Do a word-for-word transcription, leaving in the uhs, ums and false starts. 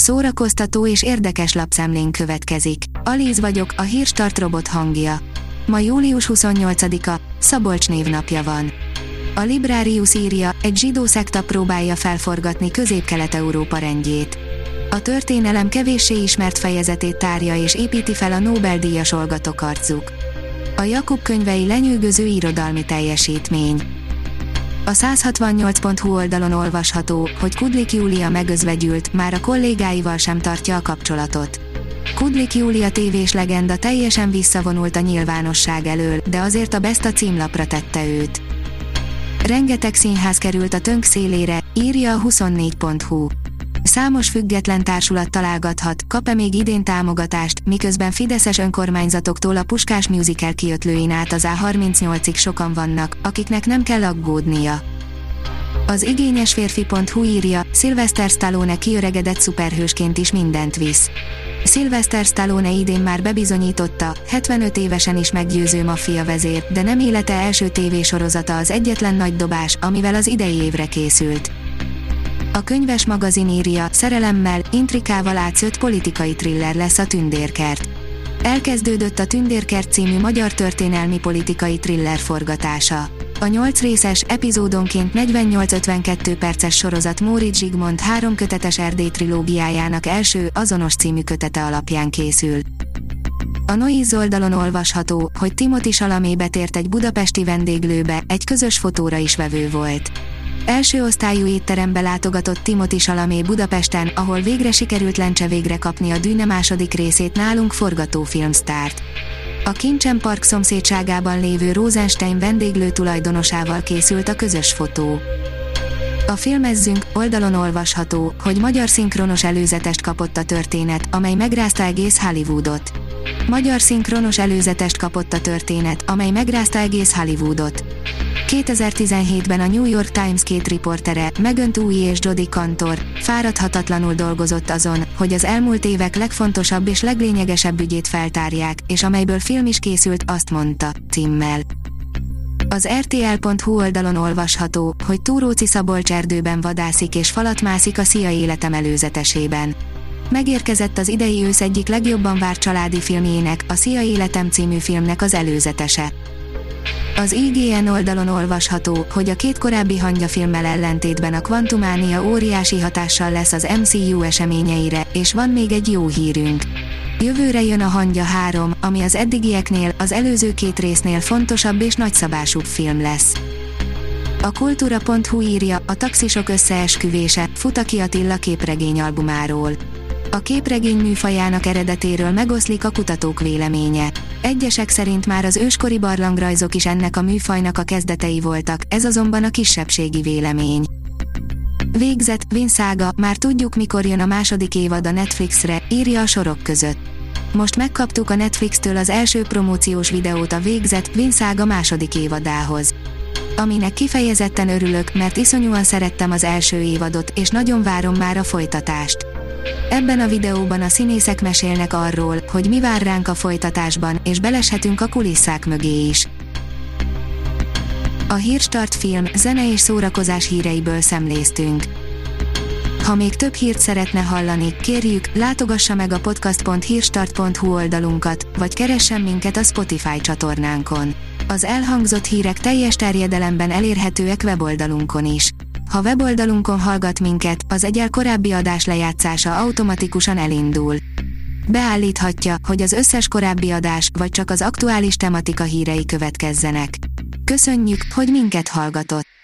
szórakoztató és érdekes lapszemlén következik. Alíz vagyok, a Hírstart robot hangja. Ma július huszonnyolcadika, Szabolcs névnapja van. A Librarius írja, egy zsidó szekta próbálja felforgatni Közép-Kelet-Európa rendjét. A történelem kevéssé ismert fejezetét tárja és építi fel a Nobel-díjas olgatokarcuk. A Jakub könyvei lenyűgöző irodalmi teljesítmény. A száz hatvannyolc pont hu oldalon olvasható, hogy Kudlik Júlia megözvegyült, már a kollégáival sem tartja a kapcsolatot. Kudlik Júlia tévés legenda teljesen visszavonult a nyilvánosság elől, de azért a Besta címlapra tette őt. Rengeteg színház került a tönk szélére, írja a huszonnégy pont hu. Számos független társulat találgathat, kap-e még idén támogatást, miközben fideszes önkormányzatoktól a Puskás musical kiötlőin át az á harmincnyolcig sokan vannak, akiknek nem kell aggódnia. Az igényesférfi pont hu írja, Sylvester Stallone kiöregedett szuperhősként is mindent visz. Sylvester Stallone idén már bebizonyította, hetvenöt évesen is meggyőző maffia vezér, de nem élete első tévésorozata az egyetlen nagy dobás, amivel az idei évre készült. A könyves magazin írja, szerelemmel, intrikával átszőtt politikai thriller lesz a Tündérkert. Elkezdődött a Tündérkert című magyar történelmi politikai thriller forgatása. A nyolc részes, epizódonként negyvennyolc-ötvenkettő perces sorozat Móricz Zsigmond háromkötetes Erdély trilógiájának első, azonos című kötete alapján készül. A Noiz oldalon olvasható, hogy Timothy Chalamet betért egy budapesti vendéglőbe, egy közös fotóra is vevő volt. Első osztályú étterembe látogatott Timothy Chalamet Budapesten, ahol végre sikerült lencse végre kapni a Dűne második részét nálunk forgató filmsztárt. A Kincsen Park szomszédságában lévő Rosenstein vendéglő tulajdonosával készült a közös fotó. A Filmezzünk oldalon olvasható, hogy magyar szinkronos előzetest kapott a történet, amely megrázta egész Hollywoodot. Magyar szinkronos előzetest kapott a történet, amely megrázta egész Hollywoodot. kétezer-tizenhétben a New York Times két riportere, Megan Twohey és Jodie Cantor, fáradhatatlanul dolgozott azon, hogy az elmúlt évek legfontosabb és leglényegesebb ügyét feltárják, és amelyből film is készült, azt mondta, címmel. Az er té el pont hu oldalon olvasható, hogy Túróczi Szabolcs erdőben vadászik és falat mászik a Szia életem előzetesében. Megérkezett az idei ősz egyik legjobban várt családi filmjének, a Szia életem című filmnek az előzetese. Az i gé en oldalon olvasható, hogy a két korábbi hangyafilmmel ellentétben a Quantumania óriási hatással lesz az em cé u eseményeire, és van még egy jó hírünk. Jövőre jön a Hangya három, ami az eddigieknél, az előző két résznél fontosabb és nagyszabásúbb film lesz. A kultúra pont hu írja, a taxisok összeesküvése, Futaki Attila képregényalbumáról. A képregény műfajának eredetéről megoszlik a kutatók véleménye. Egyesek szerint már az őskori barlangrajzok is ennek a műfajnak a kezdetei voltak, ez azonban a kisebbségi vélemény. Végzett, Vinszága, már tudjuk mikor jön a második évad a Netflixre, írja a sorok között. Most megkaptuk a Netflixtől az első promóciós videót a Végzett, Vinszága második évadához. Aminek kifejezetten örülök, mert iszonyúan szerettem az első évadot, és nagyon várom már a folytatást. Ebben a videóban a színészek mesélnek arról, hogy mi vár ránk a folytatásban, és beleshetünk a kulisszák mögé is. A Hírstart film, zene és szórakozás híreiből szemléztünk. Ha még több hírt szeretne hallani, kérjük, látogassa meg a podcast pont hírstart pont hu oldalunkat, vagy keressen minket a Spotify csatornánkon. Az elhangzott hírek teljes terjedelemben elérhetőek weboldalunkon is. Ha weboldalunkon hallgat minket, az egyel korábbi adás lejátszása automatikusan elindul. Beállíthatja, hogy az összes korábbi adás, vagy csak az aktuális tematika hírei következzenek. Köszönjük, hogy minket hallgatott!